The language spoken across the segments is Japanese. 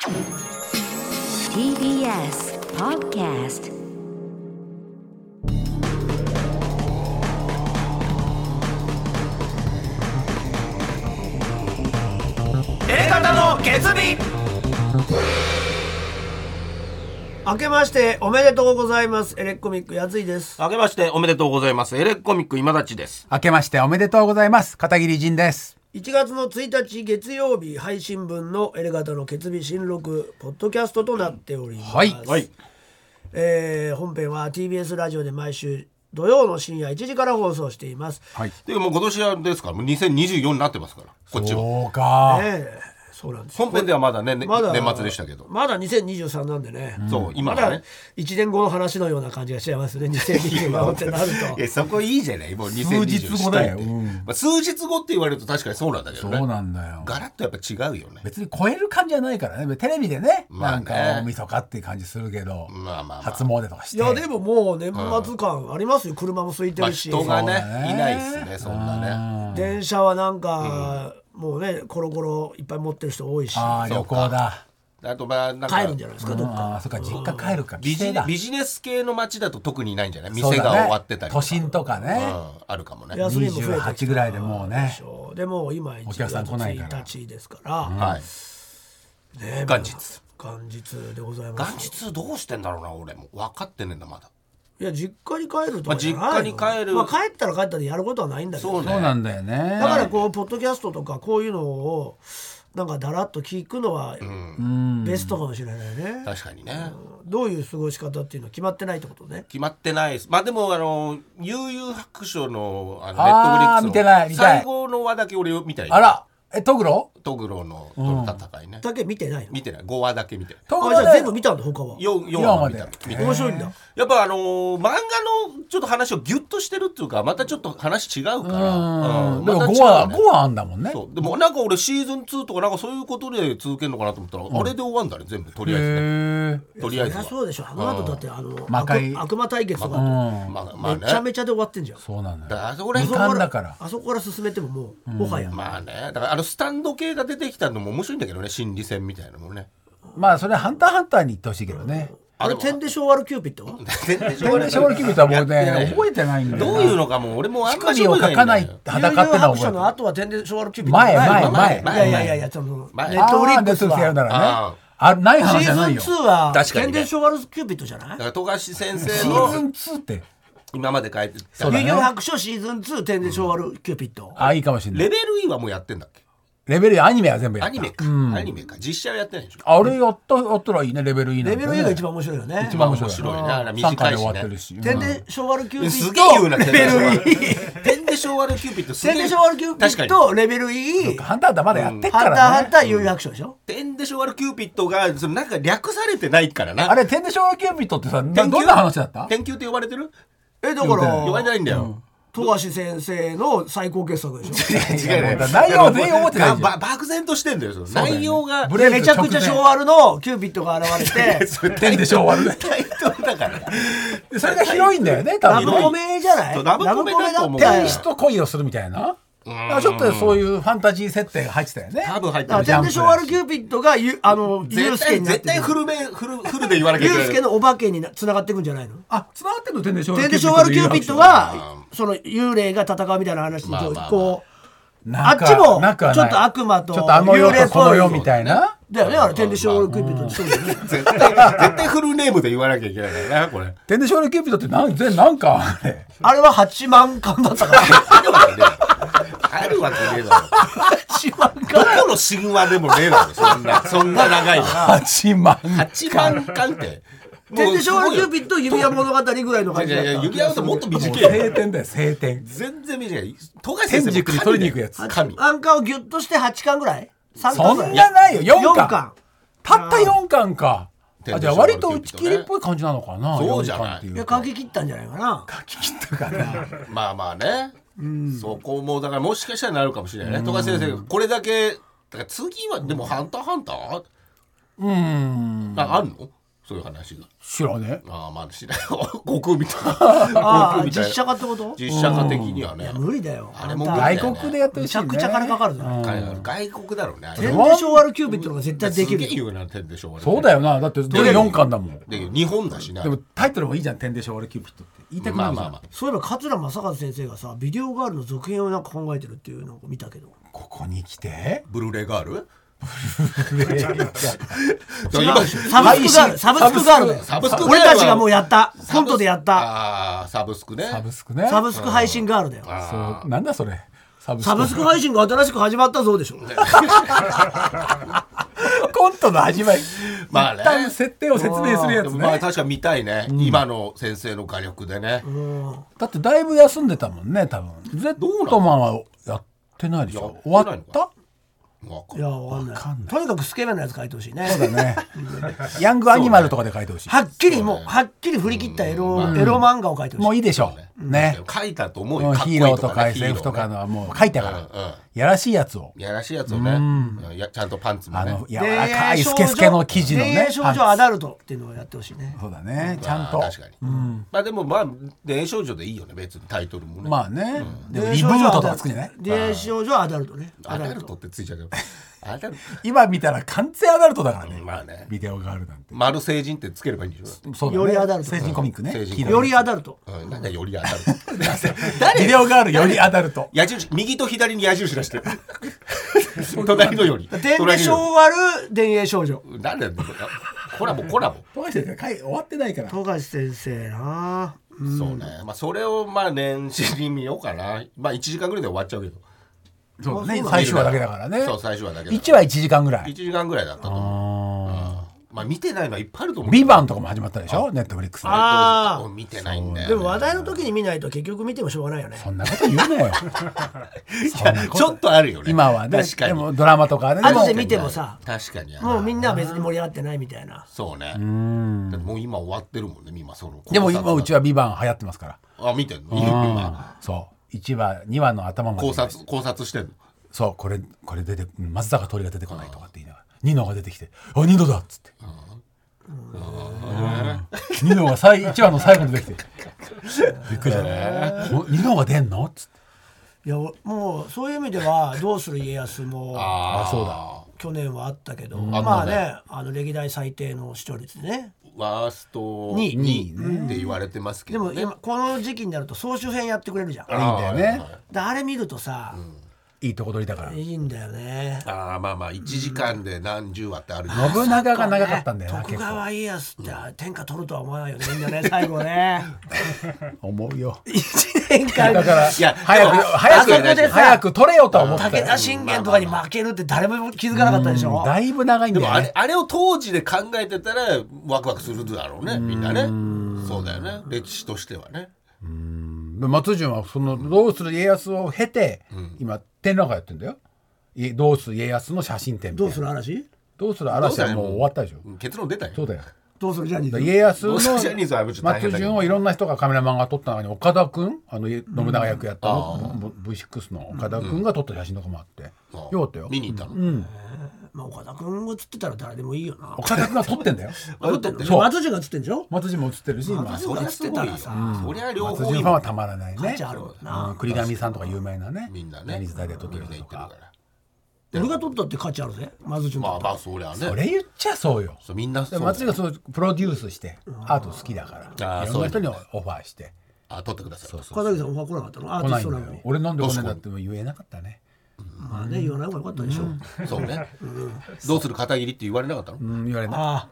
TBS Podcast。 エレカタの決意。明けましておめでとうございます。エレコミックやついです。 明けましておめでとうございます。エレコミック今立ちです。 明けましておめでとうございます。片桐仁です。 1月の1日月曜日配信分のエレガタの決意新録ポッドキャストとなっております。 はい、 本編は TBS ラジオで毎週土曜の深夜1時から放送しています。 はい。 でもう今年はですからもう2024になってますからこっちは。 そうか、 そうなんです。 本編ではまだね、 まだ年末でしたけど。 まだ2023なんでね、 そう今まだはね。 1年後の話のような感じがしちゃいますね。2024ってなるといやそこいいじゃない。もう2024 数日後だよ、 まあ、数日後って言われると確かにそうなんだけどね。 そうなんだよ。 ガラッとやっぱ違うよね。 別に超える感じじゃないからね。テレビでね、 まあねなんか大晦日っていう感じするけど、 まあまあまあ初詣とかして。 いやでももう年末感ありますよ。車も空いてまあ、 るし、 人がねそうだねいないっすねそんなね。 電車はなんか、もうねコロコロいっぱい持ってる人多いし、 ああ旅行だ。 あとまあなんか帰るんじゃないですか、どっか。 ああそっか、実家帰るか。 ビジ帰省だ。 ネス系の街だと特にいないんじゃない。 そうだね店が終わってたりとか都心とかね、 あるかもね。 休みも増えてきた 28ぐらいでもうねでしょう。でも今1 お客さん月来ないから 1日ですから、 はい。 ね、 元日元日でございます。 元日どうしてんだろうな。俺も分かってねえんだまだ。 いや実家に帰るとかじゃないの、 まあ実家に帰るまあ、帰ったら帰ったでやることはないんだけど、 そうねそうなんだよね。 だからこうポッドキャストとかこういうのをなんかだらっと聞くのはベストかもしれないね。 確かにね。 どういう過ごし方っていうのは決まってないってことね。 決まってないです。まあでも悠々白書のネットフリッあークスの見てない最後の話だけ俺見たい。 あら、トグロトグロの戦いね。 だけ見てないの。 見てない。5話だけ見て。 あ、 トグロでじゃあ全部見たんだ他は。 4話まで見た。見て面白いんだ。 やっぱ漫画のちょっと話をギュッとしてるっていうかまたちょっと話違うから。 でもまた違う 5話、 ね 5話あんだもんね。 そうでもなんか俺シーズン2とかなんかそういうことで続けるのかなと思ったら、あれで終わんだね全部とりあえずね。 へえ。 とりあえずはそりゃそうでしょ。あの後だって魔界悪魔対決とか、 まあね。 めちゃめちゃで終わってんじゃん。 そうなんだよ。 だからあそこら二辺冠だから。 あそこから進めてももうもはや、 まあね。だからスタンド系が出てきたのも面白いんだけどね。心理戦みたいなのもね。 まあそれハンターハンターに言ってほしいけどね。 あれ点で昭和のキューピットは全然天然勝利決めたらもうね覚えてないんだよな。 どういうのかもう俺もあんまり乳首を覚えて書かないんだよ裸ってのは覚えてる。 の後は点で昭和のキューピット前いやいやその前ネットフリックスネットフリックスやるなはらね。あ、ない話シじゃないよ。 ーズン2は確かにね点で昭和のキューピットじゃない。 だから富樫先シ生ーズンの 2って今まで書いてたそうだね遊戯王白書シーズン2点で昭和のキューピット。 あ、いいかもしれない。 レベル E はもうやってんだっけ。 レベルアニメは全部やった。 アニメか、アニメか実写はやってないでしょ。 あれやったらいいね。レベルいいね。 レベル E が一番面白いよね。 一番面白い。 面白いね。あれ 3 短回で終いしねわってるし。 点で昭和のキューピすッげえ言うな。 トレベル E 点で昭和のキューピットすげえ点で昭和のキューピットレベル E ハンターハンターまだやってっハンターからね。 ハンター遊戯白書でしょ。 点で昭和のキューピットがそのなんか略されてないからな。 あれ天で昭和キューピットってさ、どん天球な話だった？ 天球って呼ばれてる。 だか呼ばれらてないんだよ。 富樫先生の最高傑作でしょ。 違うね。 内容は全員覚えてないじゃん。 漠然としてんだよ。その内容がブレイクめちゃくちゃ昭和のキューピットが現れて天で昭和のタイトルだから。 それが広いんだよね。多ラ分ブコメじゃない。 ラブコメだと思うラブコメだって天使と恋をするみたいな。ちょっとそういうファンタジー設定が入ってたよね。 多分入ってる。 天で昭和のキューピットがユースケになって絶対フルで言わなきゃいけない。 ユースケのお化けにつながっていくんじゃないの。 あ、繋がってんの天で昭和天で昭和のキューピットがその幽霊が戦うみたいな話にこうあっちもちょっと悪魔とちょっとあの世幽霊っぽいとこの世みたいな。 だよね。あれ天で昭和のキューピットってそうだよね。 絶対フルネームで言わなきゃいけないからなこれ。 天で昭和のキューピットってなんかあれ。 あれは8万巻だったから。 あるわけねえだろ。 8万どこの神話でもねえだろ。そんな長いの。 8万。 8万巻って。 天で昭和のキューピット指輪物語ぐらいの感じだった。 指輪ともっと短いよ。 晴天だよ晴天。 全然短い。富樫先生天竺に取りに行くやつ。 神。 アンカーをギュッとして8巻ぐらい3 そん巻ぐらいなないよ。4 4 巻。 巻たった4巻か。 天じゃあ割と打ち切りっぽい感じなのかな。 そうじゃない 4巻っていういや書き切ったんじゃないかな。 書き切ったかな。 まあまあね。そこもだからもしかしたらなるかもしれないね。富樫先生これだけだから次はでもハンターハンターあんの？ そういう話が。 知らねえ。 ああまあ知らない航空みたいなああ実写化ってこと？ 実写化的にはね。 無理だよ。 あれも無理だよね外国でやってほしいね。 めちゃくちゃ金かかるぞ。 外国だろうね。 天で昭和のキュービットの方が絶対できる。 すげえ言うな天で昭和。 そうだよな。だって4巻だもん。 で日本だしな。 でもタイトルもいいじゃん。天で昭和のキューピットって言いたくなるじゃん。 そういえば桂正和先生がさビデオガールの続編をなんか考えてるっていうのを見たけど。 ここに来てブルーレイガールサブスクガールだよ。俺たちがもうやったコントでやった。 サブスクね。 サブスクね。 サブスク配信ガールだよ。 そうなんだそれ。サブスク配信が新しく始まったぞでしょ。 コントの始まり。 まあね。 一旦設定を説明するやつね。 まあ確か見たいね。今の先生の画力でね。 だってだいぶ休んでたもんね多分。ゼットマンはやってないでしょ。終わった？ いやわかんない。とにかくスケベなやつ書いてほしいね。 そうだね。ヤングアニマルとかで書いてほしい。 はっきり振り切ったエロ漫画を書いてほしい。 もういいでしょうね。 書いたと思うよ。 ヒーローとか SF とかのはもう書いたからやらしいやつをね。ちゃんとパンツもね。 柔らかいスケスケの生地のね。 少女アダルトっていうのをやってほしいね。 そうだね。ちゃんと。 確かに。まあでもまあ恋愛少女でいいよね別にタイトルもね。 まあね。でもリブートとかつくんじゃない？ 恋愛少女アダルトね。 アダルトってついちゃうけど。 今見たら完全アダルトだからね。 まあね。 ビデオがあるなんて。 丸成人ってつければいいんでしょ。 そうだね。よりアダルト。 成人コミックね。 よりアダルト。 なんだよりアダルト。 ビデオがあるよりアダルト。 矢印右と左に矢印出して。隣のより。 天で昭和る恋愛少女。 なんだよ。コラボ。 富樫先生終わってないから。 富樫先生な。 そうね。まあそれをまあ年始に見ようかな。まあ1時間ぐらいで終わっちゃうけど。 そうね。最終話だけだからね。 そう最終話だけ。 1話1時間ぐらい。 1時間ぐらいだったと思う。まあ見てないのはいっぱいあると思う。 ビバンとかも始まったでしょ。ネットフリックスで。 見てないんだよ。 でも話題の時に見ないと結局見てもしょうがないよね。 そんなこと言うなよ。 ちょっとあるよね。 今はね。でもドラマとかね。 後で見てもさ。 確かに。 もうみんなは別に盛り上がってないみたいな。 そうね。もう今終わってるもんね。今その。 でも今うちはビバン流行ってますから。 あ見てんの。 そう1話2話の頭まで。 考察してんの。 そうこれ出て松坂桃李が出てこないとかって言いながらニノが出てきてニノだっつってニノが1話の最後に出てきてびっくりしたニノが出んのっつっていやもうそういう意味ではどうする家康もそうだ去年はあったけどまあね歴代最低の視聴率でねワースト2位って言われてますけどね。 でも今この時期になると総集編やってくれるじゃん。 いいんだよね。 あれ見るとさいいとこ取りだからいいんだよね。 まあ1時間で何十話ってある。 信長が長かったんだよな。 徳川家康って天下取るとは思わないよねみんなね最後ね。 思うよ。 1年間だから早く取れよとは思ったよ。 武田信玄とかに負けるって誰も気づかなかったでしょ。 だいぶ長いんだよね。 あれを当時で考えてたらワクワクするだろうねみんなね。そうだよね歴史としてはね。 松潤はそのどうする家康を経て今展覧会やってんだよ。どうする家康の写真展。 どうする嵐はもう終わったでしょ。 結論出たよ。 そうだよ。 どうするジャニーズ。 家康の松潤をいろんな人がカメラマンが撮った中に岡田君信長役やったV6 の岡田君が撮った写真とかもあってよかったよ。 見に行ったの。 岡田君が写ってたら誰でもいいよな。 岡田君が撮ってんだよ。 松潤が写ってんでしょ。 松潤も写ってるしそりゃすごいよ。そりゃ両方松潤ファンはたまらないね。栗上さんとか有名なねみんなねジャニーズ大で撮ってる人とか俺が撮ったって価値あるぜ松潤。 まあそりゃね。 それ言っちゃそうよ。 みんな松潤がそうプロデュースしてアート好きだからいろんな人にオファーして撮ってください。 片桐さんオファー来なかったの。アーティストなのに。 俺なんで来ねえんだっても言えなかったね。 まあね言わない方がよかったでしょ。 そうね。どうする片桐って言われなかったの。 言われない。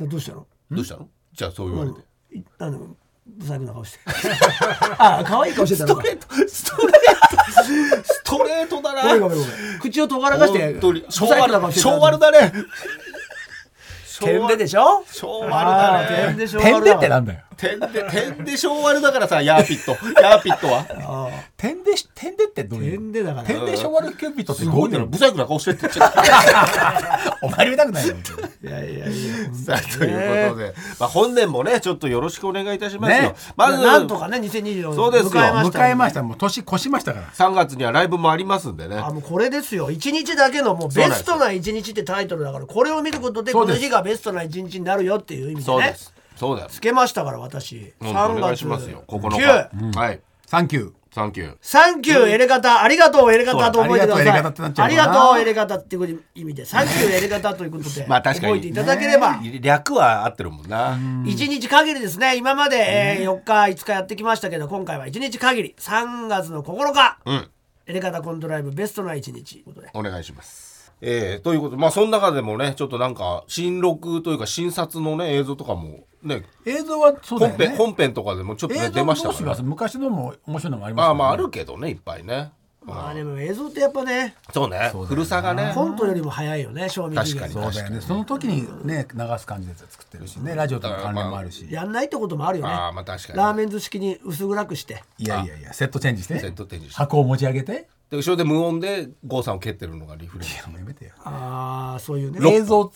どうしたの。 じゃあそう言われて。 ブサイクな顔して。可愛い顔してたのか。 ストレートだな。 ごめん口を尖らかして昭和だね。 天ででしょ。 昭和だね。 天でってなんだよ。 点で昭和だからさ、ヤーピットは点でってどういう点でだから点で昭和のキューピットってすごいんだろ、ブサイクな顔してって言っちゃったお前見たくないよいやさあということで、本年もねちょっとよろしくお願いいたしますよ、 ね、まずなんとかね2024 そうですよ迎えました。もう年越しましたから。 3月にはライブもありますんでね。 もうこれですよ、1日だけのもうベストな1日ってタイトルだから、これを見ることでこの日がベストな1日になるよっていう意味でね、 そうですつけましたから私、 3月お願いしますよ、9日、はい、 サンキューサンキューサンキューエレガタ、ありがとうエレガタと覚えてください。 ありがとうエレガタってなっちゃうありがとうエレガタっていう意味でサンキューエレガタということでまあ確かに覚えていただければ、 略は合ってるもんな。 1日限りですね。今まで、4日5日やってきましたけど、今回は1日限り3月の9日、エレガタコントライブベストな1日ということでお願いします。ということで、その中でもねちょっとなんか新録というか新撮のね映像とかもね、 映像はそうだよね。 本編とかでもちょっと、ね、出ましたからね。 昔のも面白いのもありますね。 あるけどね、いっぱいね。 でも映像ってやっぱね、 そうね、古さがねコントよりも早いよね、賞味期限。 そうだよね。その時にね流す感じで作ってるしね、ラジオとの関連もあるし。 やんないってこともあるよね。 確かにラーメンズ式に薄暗くして、 いやセットチェンジして箱を持ち上げて、 で後ろで無音で郷さんを蹴ってるのがリフレイン。 やめてよ。 そういうね映像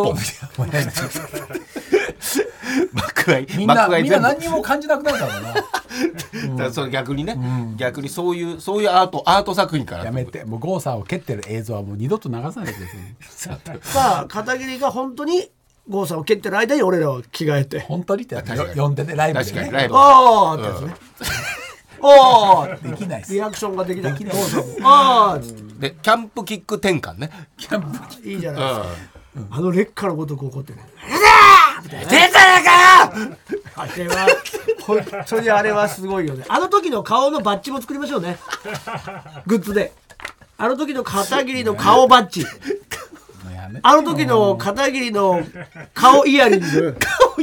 みんな何にも感じなくなるからな。 だからそれ逆にね、逆にそういうアート作品からやめて、もう郷さんを蹴ってる映像はもう二度と流さないでください。 さあ片桐が本当に郷さんを蹴ってる間に俺らは着替えて、 本当にって呼んでね、ライブでね。 確かにライブってやつね。 できないっす。 リアクションができない。 できない郷さんもでキャンプキック転換ね。 いいじゃないですか。劣化のごとく怒ってね。出たやかよ。あれは本当にあれはすごいよね。あの時の顔のバッジも作りましょうね。グッズで。あの時の片桐の顔バッジ。あの時の片桐の顔イヤリング。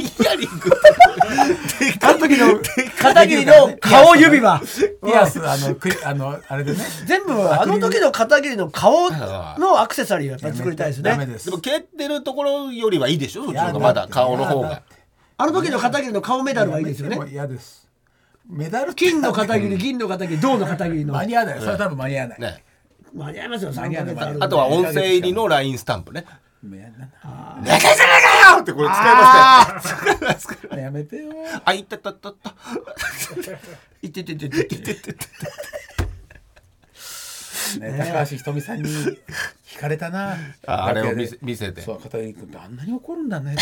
あの時の片桐の顔指輪。 ピアスあれでね。 全部あの時の片桐の顔のアクセサリーをやっぱり作りたいですね。 でも蹴ってるところよりはいいでしょ、そっちの方がまだ顔の方が。 あの時の片桐の顔メダルはいいですよね。 嫌です。メダル金の片桐、銀の片桐、銅の片桐の。 間に合わない。それは多分間に合わない。 間に合いますよ。 あとは音声入りの LINE スタンプね。 中島かよってこれ使いましたよ。やめてよ。 いったったったった。 いってってって。 高橋ひとみさんに惹かれたな。 あれを見せて。 そう、片桐君ってあんなに怒るんだねって。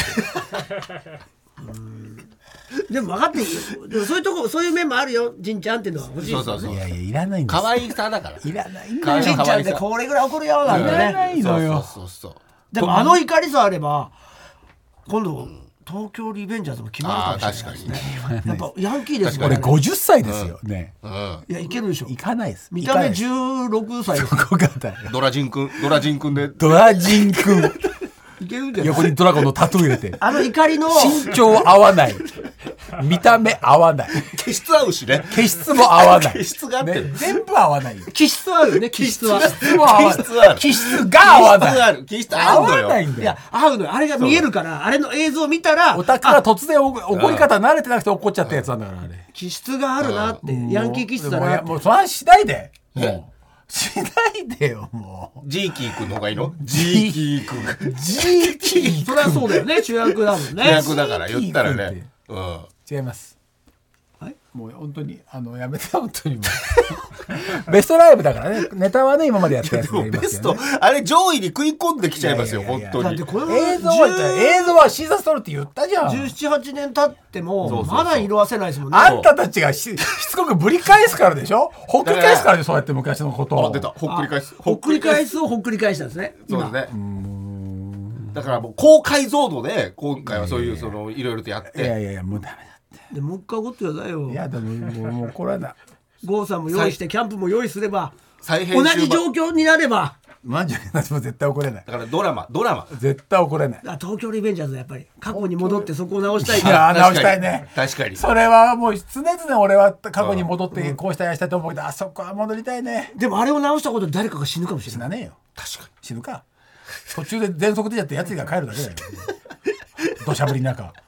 でも分かっていいよ。でもそういうとこ、そういう面もあるよ、じんちゃんっていうのは欲しいですよね。 いやいらないんです。 可愛さだから。 いらないんだよ。 じんちゃんってこれぐらい怒るよなんてね。 いらないのよ。 でもあの怒りさあれば今度東京リベンジャーズも決まるかもしれないですね。やっぱヤンキーですからね。 俺50歳ですよね。 いやいけるでしょ。 行かないです。 見た目16歳です。 ドラジン君で。 ドラジン君。 いけるんじゃない。 横にドラゴンのタトゥー入れて。 あの怒りの身長合わない。見た目合わない。 気質合うしね。 気質も合わない。 気質があってる。 全部合わないよ。 気質あるね。気質は。 気質も合わない。気質が合わない。 気質合うのよ。 いや合うのよ。あれが見えるからあれの映像を見たら。 オタクが突然怒り方慣れてなくて怒っちゃったやつなんだからあれ。 気質があるなってヤンキー気質だなって。 もうそれはしないで。もう。しないでよもう。 ジーキー君の方がいいの？ジーキー君。 ジーキー。 それはそうだよね。主役だもんね。 主役だから言ったらね。 違います。もう本当にやめて本当にもうベストライブだからね。ネタはね今までやったやつでやりますよね。 ベストあれ上位に食い込んできちゃいますよ本当に。 映像はシーザーストールって言ったじゃん。 17、8年経ってもまだ色あせないですもんね。 あんたたちがしつこくぶり返すからでしょ。ほっくり返すからでそうやって昔のことを。 出たほっくり返す。 ほっくり返すをほっくり返したんですね。 そうですね。だからもう高解像度で今回はそういういろいろとやって。 いやもうダメだ。 でもう一回怒ってくださいよ。 いやでももうこれはな。 郷さんも用意してキャンプも用意すれば同じ状況になれば。 マジで絶対怒れない。 だからドラマ絶対怒れない。 東京リベンジャーズやっぱり過去に戻ってそこを直したい。 いや直したいね。 確かに。 それはもう常々俺は過去に戻ってこうしたいしたいと思うけどあそこは戻りたいね。 でもあれを直したことで誰かが死ぬかもしれない。 死なねえよ。 確かに死ぬか。途中で全速出ちゃってやつが帰るだけだよ。土砂降りの中。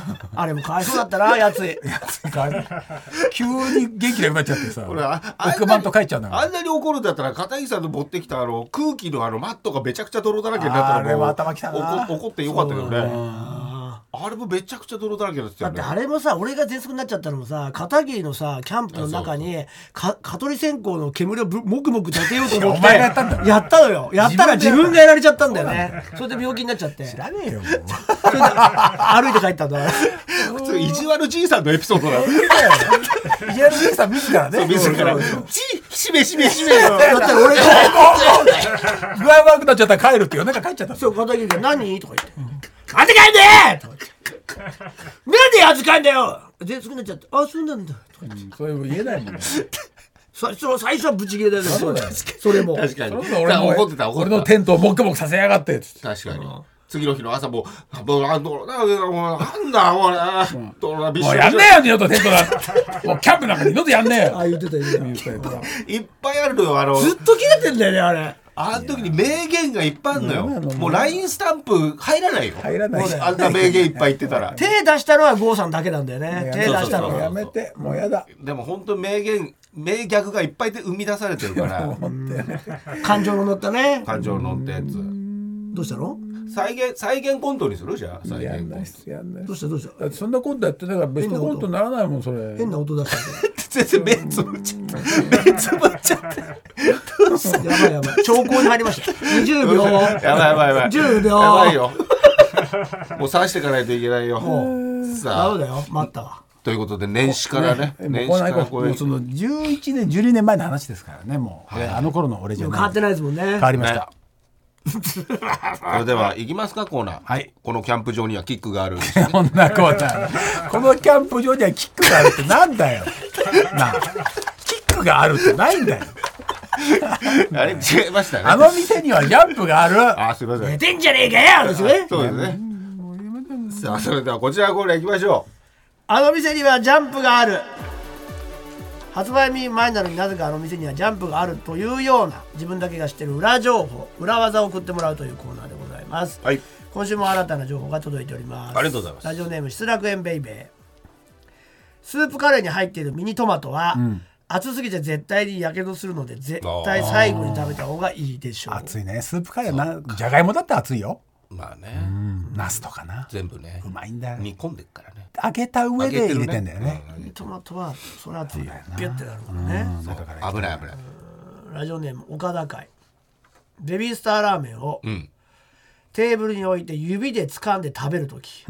あれもかわいそうだったな、やつい。 急に元気なくなっちゃってさ、 俺億万と帰っちゃうんだから。 あんなに怒るんだったら片桐さんの持ってきた空気のマットがめちゃくちゃ泥だらけになったらあれは頭きたな。 怒ってよかったけどね。あれもめちゃくちゃ泥だらけだったよね。 だってあれもさ、俺が喘息になっちゃったのもさ、片桐のさキャンプの中に蚊取り線香の煙をもくもく立てようと思ってお前がやったんだろ。 やったのよ。やったら自分がやられちゃったんだよね。それで病気になっちゃって、 知らねえよもう。 それで歩いて帰ったんだ。 普通意地悪じいさんのエピソードだよ。 イジャル兄さん自らね。 自らしめよ。 だったら俺が具合悪くなっちゃったら帰るって夜中帰っちゃった。 そう、片桐が何とか言って「帰って帰んね!」とか言って「なんでやつ帰んだよ!」喘息になっちゃって「あ、そうなんだ」とか言って、 そういうの言えないもんね。 最初はブチギレだよね。それも確かに。 俺の怒ってた。 俺のテントをもくもくさせやがってっつって。 確かに。次の日の朝もなんだもうもうやんねえよ二度とテントだ。もうキャンプなんか二度とやんねえよ。 あ、言ってた。 いっぱいあるのよ。 ずっと切れてんだよね、あれ。 あの時に名言がいっぱいあるのよ。 いやもう LINE スタンプ入らないよ。 入らないし。 あんな名言いっぱい言ってたら。 手出したのは郷さんだけなんだよね。手出したのそうは。 やめて、もうやだ。 でも本当に名ギャグがいっぱいで生み出されてるから感情の乗ったね。 感情乗ったやつどうしたの？ 再現コントにするじゃあ再や現コントんないっす、やんないっす。 どうしたどうした？ だってそんなコントやってたからベストコントにならないもんそれ。 変な音出した全然目つぶっちゃってやばい。兆候に入りました。20秒。 やばい 10秒。 やばいよもう刺していかないといけないよさあそうだよ。待ったわ。 ということで年始からね年もう始からこうその11年12年前の話ですからね。もうあの頃の俺じゃない。 変わってないですもんね。 変わりました。 それでは行きますかコーナー。 はいこのキャンプ場にはキックがあるこんなコーナー。このキャンプ場にはキックがあるってなんだよ。なあ、キックがあるってないんだよ。 あれ違いましたねあの店にはジャンプがある。 あすいません寝てんじゃねえかよですね。 そうですねさあそれではこちらのコーナー行きましょあの店にはジャンプがある。発売日前なのになぜかあの店にはジャンプがあるというような自分だけが知ってる裏情報、裏技を送ってもらうというコーナーでございます。 はい今週も新たな情報が届いております。 ありがとうございますラジオネーム失楽園ベイベー。スープカレーに入っているミニトマトは、熱すぎて絶対にやけどするので絶対最後に食べた方がいいでしょう。 熱いね。スープカレーな、じゃがいもだって熱いよ。 うまあねナスとかな。 全部ねうまいんだよ。 煮込んでっからね揚げた上で入れてんだよね。 ミニトマトはそれ熱いよ。ビュッてなるからね。 危ないラジオネーム岡田会。ベビースターラーメンをうんテーブルに置いて指で掴んで食べるとき、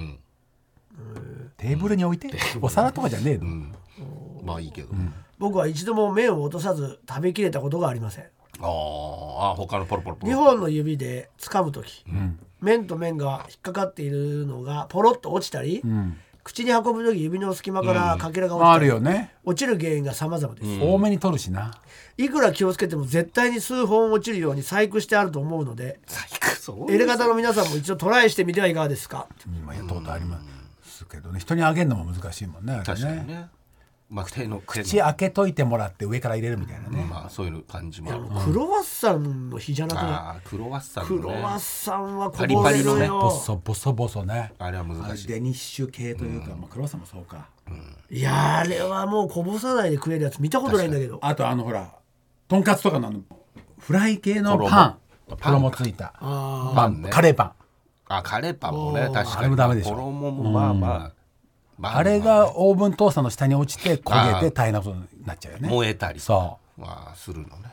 テーブルに置いてお皿とかじゃねえの。 まあいいけど僕は一度も麺を落とさず食べきれたことがありません。 あ他のポロポロポロ 2本の指で掴むとき、麺と麺が引っかかっているのがポロッと落ちたり、口に運ぶとき指の隙間からかけらが落ちあたり、 るよね。 落ちる原因が様々です、 多めに取るしな。 いくら気をつけても絶対に数本落ちるように細工してあると思うので、 そうエレガタの皆さんも一度トライしてみてはいかがですか。 今やったことありますけどね。人にあげるのも難しいもんね。あれ確かにね。 ねまあ手の口開けといてもらって上から入れるみたいなね。 まあそういう感じもあるクロワッサンの日じゃなくない？ ああクロワッサンクロのねワッサンはこパリぼれパリのねるよ。 ボソボソね。 あれは難しいデニッシュ系というか、クロワッサンもそうか。 いやあれはもうこぼさないで食えるやつ見たことないんだけど。 あとほらとんかつとかのフライ系のパン衣ついたパンねカレーパン。 あカレーパンもね確かにあれもダメでしょ衣もまあまああれがオーブントースターの下に落ちて焦げて大変なことになっちゃうよね。 燃えたりそまあするのね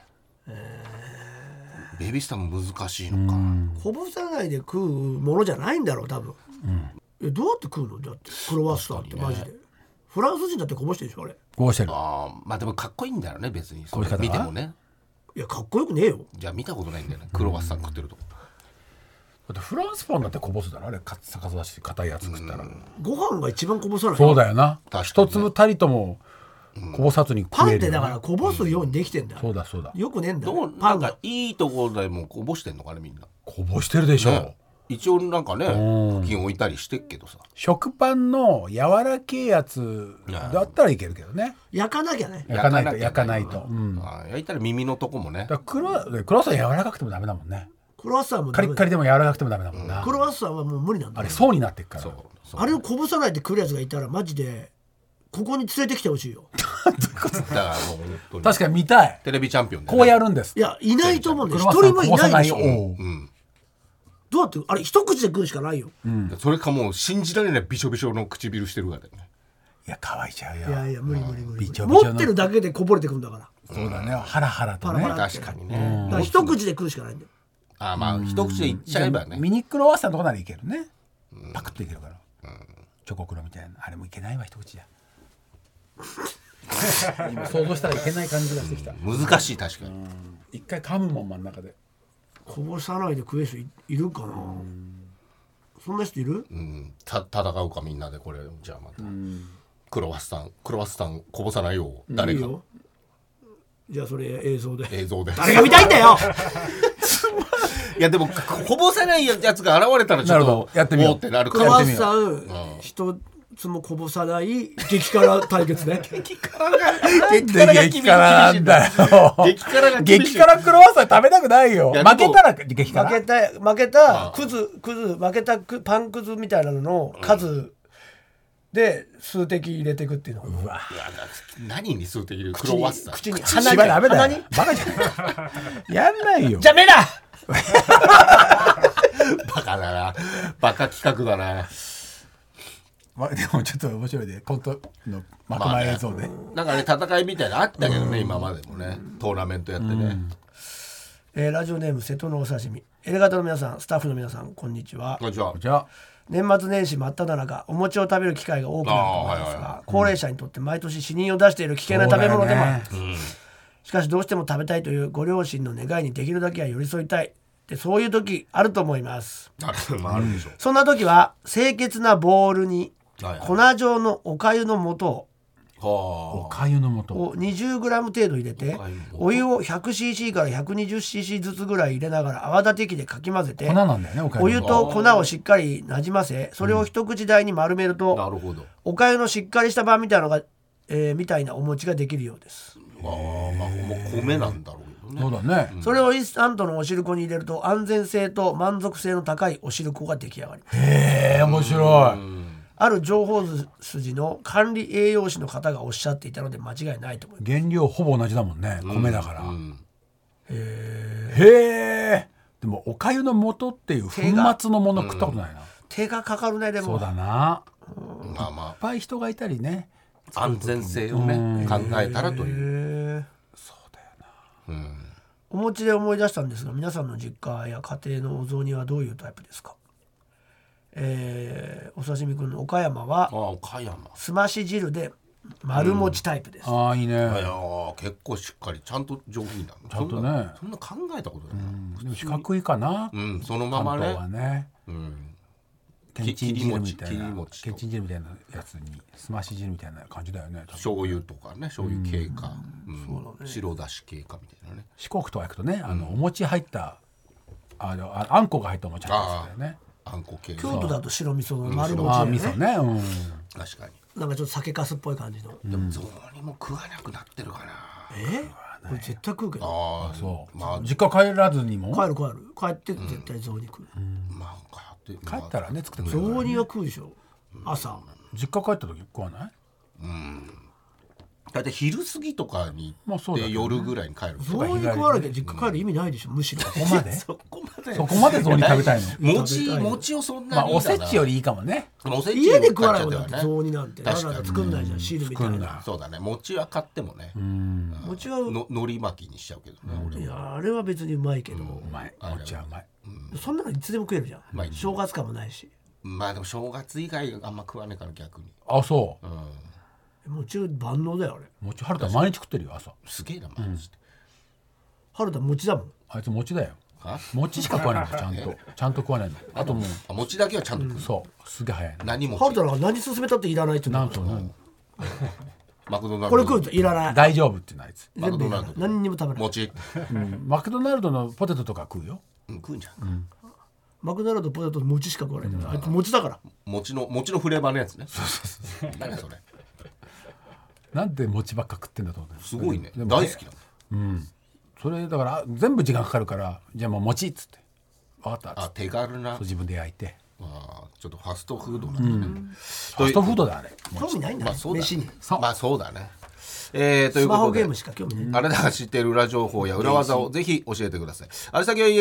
ベビースターも難しいのかこぼさないで食うものじゃないんだろう多分、どうやって食うの？だってクロワッサンってマジで、フランス人だってこぼしてるでしょあれ。 こうしてる。 ああまあでもかっこいいんだよね別にそれこういう方は見てもねいやかっこよくねえよ。 じゃあ見たことないんだよねクロワッサン食ってるとだってフランスパンだってこぼすだろあれカツカツだし硬いやつ食ったら。 ご飯が一番こぼさない。 そうだよな。 確かにね一粒たりともこぼさずにパンって食えるよね。 だからこぼすようにできてんだよ、 そうだそうだ。 よくねえんだどうなんよパンがかいいところでもこぼしてんのかねみんなこぼしてるでしょ。 ね一応なんかね布巾置いたりしてっけどさ食パンの柔らけえやつだったらいけるけどね。 焼かなきゃね。 焼かないと。うん。 あ焼いたら耳のとこもねだからクロワッサン柔らかくてもダメだもんね。 ククロワッサンもカリッカリでも柔らかくてもダメだもんな、 クロワッサンはもう無理なんだよ。 あれ層になってっから。 そうあれをこぼさないで来るやつがいたらマジでここに連れてきてほしいよ。 だからもう本当に確かに見たい。 テレビチャンピオンでねこうやるんです。 いやいないと思うんで、一クロワッサン人もいないでしょ。 こぼさないよどうやってあれ一口で食うしかないよ。 それかもう信じられないびしょびしょの唇してるからね。 いや乾いちゃうよ。 いやいや無理無理無理。 びちょびちょの持ってるだけでこぼれてくんだから。 そうだね、ハラハラとね。 パラパラ確かにね。 だから一口で食うしかないんだよ。 あまあ一口でいっちゃえばね。 ミニクロワッサンとかならいけるね、パクッといけるから、チョコクロみたいなあれもいけないわ一口じゃ今想像したらいけない感じがしてきた。 難しい確かに。 一回噛むもん真ん中で。 こぼさないで食える人いるかな。そんな人いる？ 戦うかみんなでこれじゃあまた。クロワッサンこぼさないよ誰かいいよ。じゃあそれ映像で。 映像で。 誰が見たいんだよ。 いやでもこぼさないやつが現れたらちょっとなるほどやってみようおーってなるクロワッサン一つもこぼさない激辛対決ね。 激辛なんだよ。激辛が厳しい。 激辛クロワッサン食べたくないよ。 いや負けたら激辛。 負けたクズ負けたパンくずみたいなのの数で数滴入れていくっていうの。 うわ何に数滴入れるクロワッサン。 口に口はダメだ鼻に。 よバカじゃないやんないよ。 じゃあ目だ。 バカだな。バカ企画だな。 でもちょっと面白いでコントのまとまり映像で、 なんかね戦いみたいなのあったけどね今までもねトーナメントやってね。 ラジオネーム瀬戸のお刺身。エレガタの皆さんスタッフの皆さんこんにちは。 こんにちは。 じゃあ年末年始真っ只中お餅を食べる機会が多くなると思いますが、高齢者にとって毎年死人を出している危険な食べ物でもあります。しかしどうしても食べたいというご両親の願いにできるだけは寄り添いたいで、そういう時あると思います。 あるでしょ。 そんな時は清潔なボウルにはい粉状のお粥の素おかゆの素を 20g 程度入れてお湯を 100cc から 120cc ずつぐらい入れながら泡立て器でかき混ぜて粉なんだよねおかゆのお湯と粉をしっかりなじませ、それを一口大に丸めると、 なるほど。 お粥のしっかりした版みたいなのが、みたいなお餅ができるようです。 まあもう米なんだろうけどね。 そうだね、 それをインスタントのお汁粉に入れると安全性と満足性の高いお汁粉が出来上がります。 へえ面白い。 ある情報筋の管理栄養士の方がおっしゃっていたので間違いないと思います。 原料ほぼ同じだもんね、米だから、へえ。でもおかゆの素っていう粉末のもの食ったことないな、 手がかかるね。でもそうだな、 まあまいっぱい人がいたりね、 あ安全性をね考えたらという。 お餅で思い出したんですが、皆さんの実家や家庭のお雑煮はどういうタイプですか？お刺身くんの岡山は岡山。 すまし汁で丸餅タイプです。 ああいいね、 いや結構しっかりちゃんと上品なの。 ちゃんとねそんな考えたことないな。 でも四角いかな、 そのままね。 関東はね、けんちん汁みたいな、 切り餅けんちん汁みたいなやつにすまし汁みたいな感じだよね。 醤油とかね醤油系か白だし系かみたいなね。 四国とか行くとね、お餅入ったあんこが入ったお餅入ったやつだよね。 あんこ系。 京都だと白味噌の丸餅ああだよね。 味噌ね、 確かに。 なんかちょっと酒粕っぽい感じの。 でも雑煮も食わなくなってるかな。 これ絶対食うけど。 ああそう、 まあ実家帰らずにも帰って絶対雑煮食う。 まあ帰ったらね作ってくれるから雑煮は食うでしょ。朝。 実家帰った時食わない？ だいたい昼過ぎとかにまあそうだけどね夜ぐらいに帰る。 雑煮食わなきゃ実家帰る意味ないでしょ。むしろ。 そこまでそこまでそこまで雑煮食べたいの？ 餅をそんなにまあおせちよりいいかもね。 おせち家で食わないもんだって買っちゃ雑煮なんて。わざわざ作んないじゃん。汁みたいな。 そうだね餅は買ってもね餅はの海苔巻きにしちゃうけどね俺いやあれは別にうまいけど、 うまい、餅はうまい。 そんなのいつでも食えるじゃん。 まい正月感もないし。 まあでも正月以外あんま食わねえから逆にあそう餅万能だよあれ。 餅春田毎日食ってるよ朝。 すげえな毎日って春田餅だもん。 あいつ餅だよ。 は餅しか食わないんだよちゃんと食わないんだよ。あともうあ餅だけはちゃんと食うそうすげえ早いの。 何餅春田なんか何勧めたっていらないって言うんだから。 マクドナルドこれ食うといらない。 大丈夫っていうのあいつ。 マクドナルド何にも食べない。 餅マクドナルドのポテトとか食うよ。 食うんじゃんマクドナルドポテトと餅しか食わないんだよ。あいつ餅だから。 餅のフレーバーのやつね何それなんで餅ばっか食ってんだと思う。 すごいねでも大好きなのそれだから全部時間かかるからじゃあもう餅っつって分かったあ手軽な自分で焼いてちょっとファストフードなんだね、 ファストフードだあれ興味ないんだ、 まあそうだね飯にまあそうだねというスマことでホゲームしか興味ない。 あなたが知っている裏情報や裏技をぜひ教えてください。あれ先は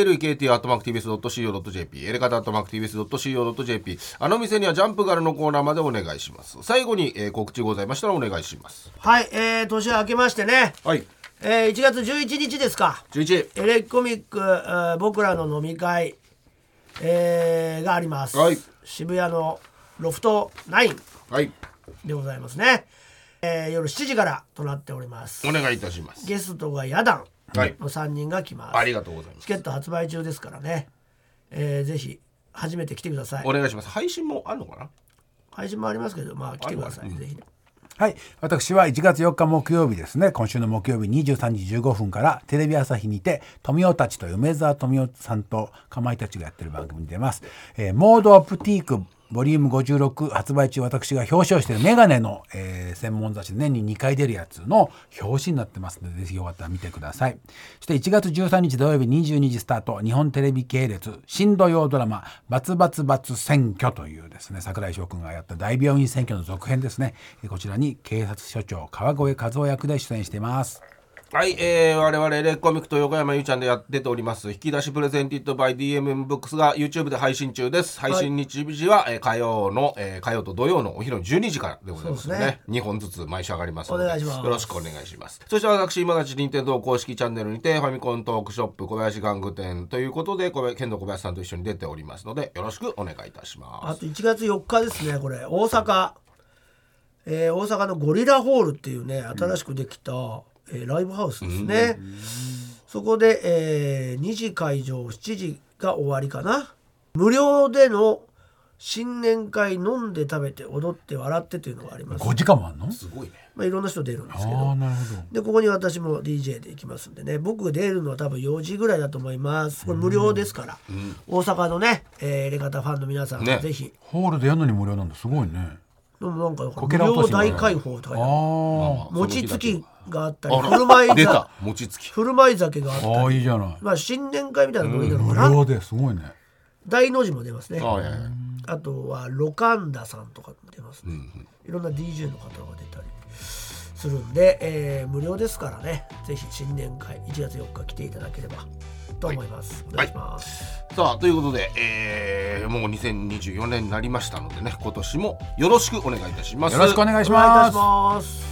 elekt@tbs.co.jp エレカタ@tbs.co.jp あの店にはジャンプガルのコーナーまでお願いします。最後に、告知ございましたらお願いします。 はい、年明けましてね、 はい 1月11日ですか、 11 エレコミック、僕らの飲み会、があります、 はい渋谷のロフト9 はいでございますね、夜7時からとなっております。 お願いいたします。 ゲストがヤダンはいの3人が来ます。 ありがとうございます。 チケット発売中ですからね、ぜひ初めて来てください。 お願いします。配信もあるのかな。 配信もありますけど、まあ来てください、ぜひね。 はい、私は1月4日木曜日ですね、今週の木曜日23時15分からテレビ朝日にて富雄たちと梅沢富美男さんとかまいたちがやってる番組に出ます、モードアプティークボリューム56発売中、私が表彰しているメガネの、専門雑誌で年に2回出るやつの表紙になってますので、ぜひよかったら見てください。そして1月13日土曜日22時スタート、日本テレビ系列新土曜ドラマバツバツバツ選挙というですね、櫻井翔くんがやった大病院選挙の続編ですね。こちらに警察署長川越和夫役で出演しています。 はい、我々レッコミックと横山由ちゃんで出ております引き出しプレゼンティッドバイ DMM ブックスが YouTube で配信中です。配信日時は、火曜と土曜のお昼の12時からでございますね。2本ずつ毎週上がりますのでお願いします。 よろしくお願いします。そして私今立ち任天堂公式チャンネルにてファミコントークショップ小林玩具店ということで剣道小林さんと一緒に出ておりますのでよろしくお願いいたします。 あと1月4日ですね、これ大阪、大阪のゴリラホールっていうね新しくできた、ライブハウスですね。そこで、2時会場7時が終わりかな。無料での新年会飲んで食べて踊って笑ってというのがあります。 5時間もあるの？ すごいね。 いろんな人出るんですけど、 なるほど。 でここに私も DJ で行きますんでね、僕出るのは多分4時ぐらいだと思います。これ無料ですから、大阪のね、エレガタファンの皆さんねぜひ、 ホールでやるのに無料なんだ、すごいね。 でもなんかこ無けら落としの料大開放とか餅つきがあったり、 あら振る舞い出た餅つき振る舞い酒があったり、 いいじゃない。 まあ新年会みたいなノリなのかな。 無料ですごいね。 大の字も出ますね。 はいはいはいあとはロカンダさんとかも出ますね、いろんな DJ の方が出たりするんで、無料ですからね、ぜひ新年会1月4日来ていただければと思います、お願いします、 さあということで、もう2024年になりましたのでね、今年もよろしくお願いいたします。 よろしくお願いしお願いいたます。 します。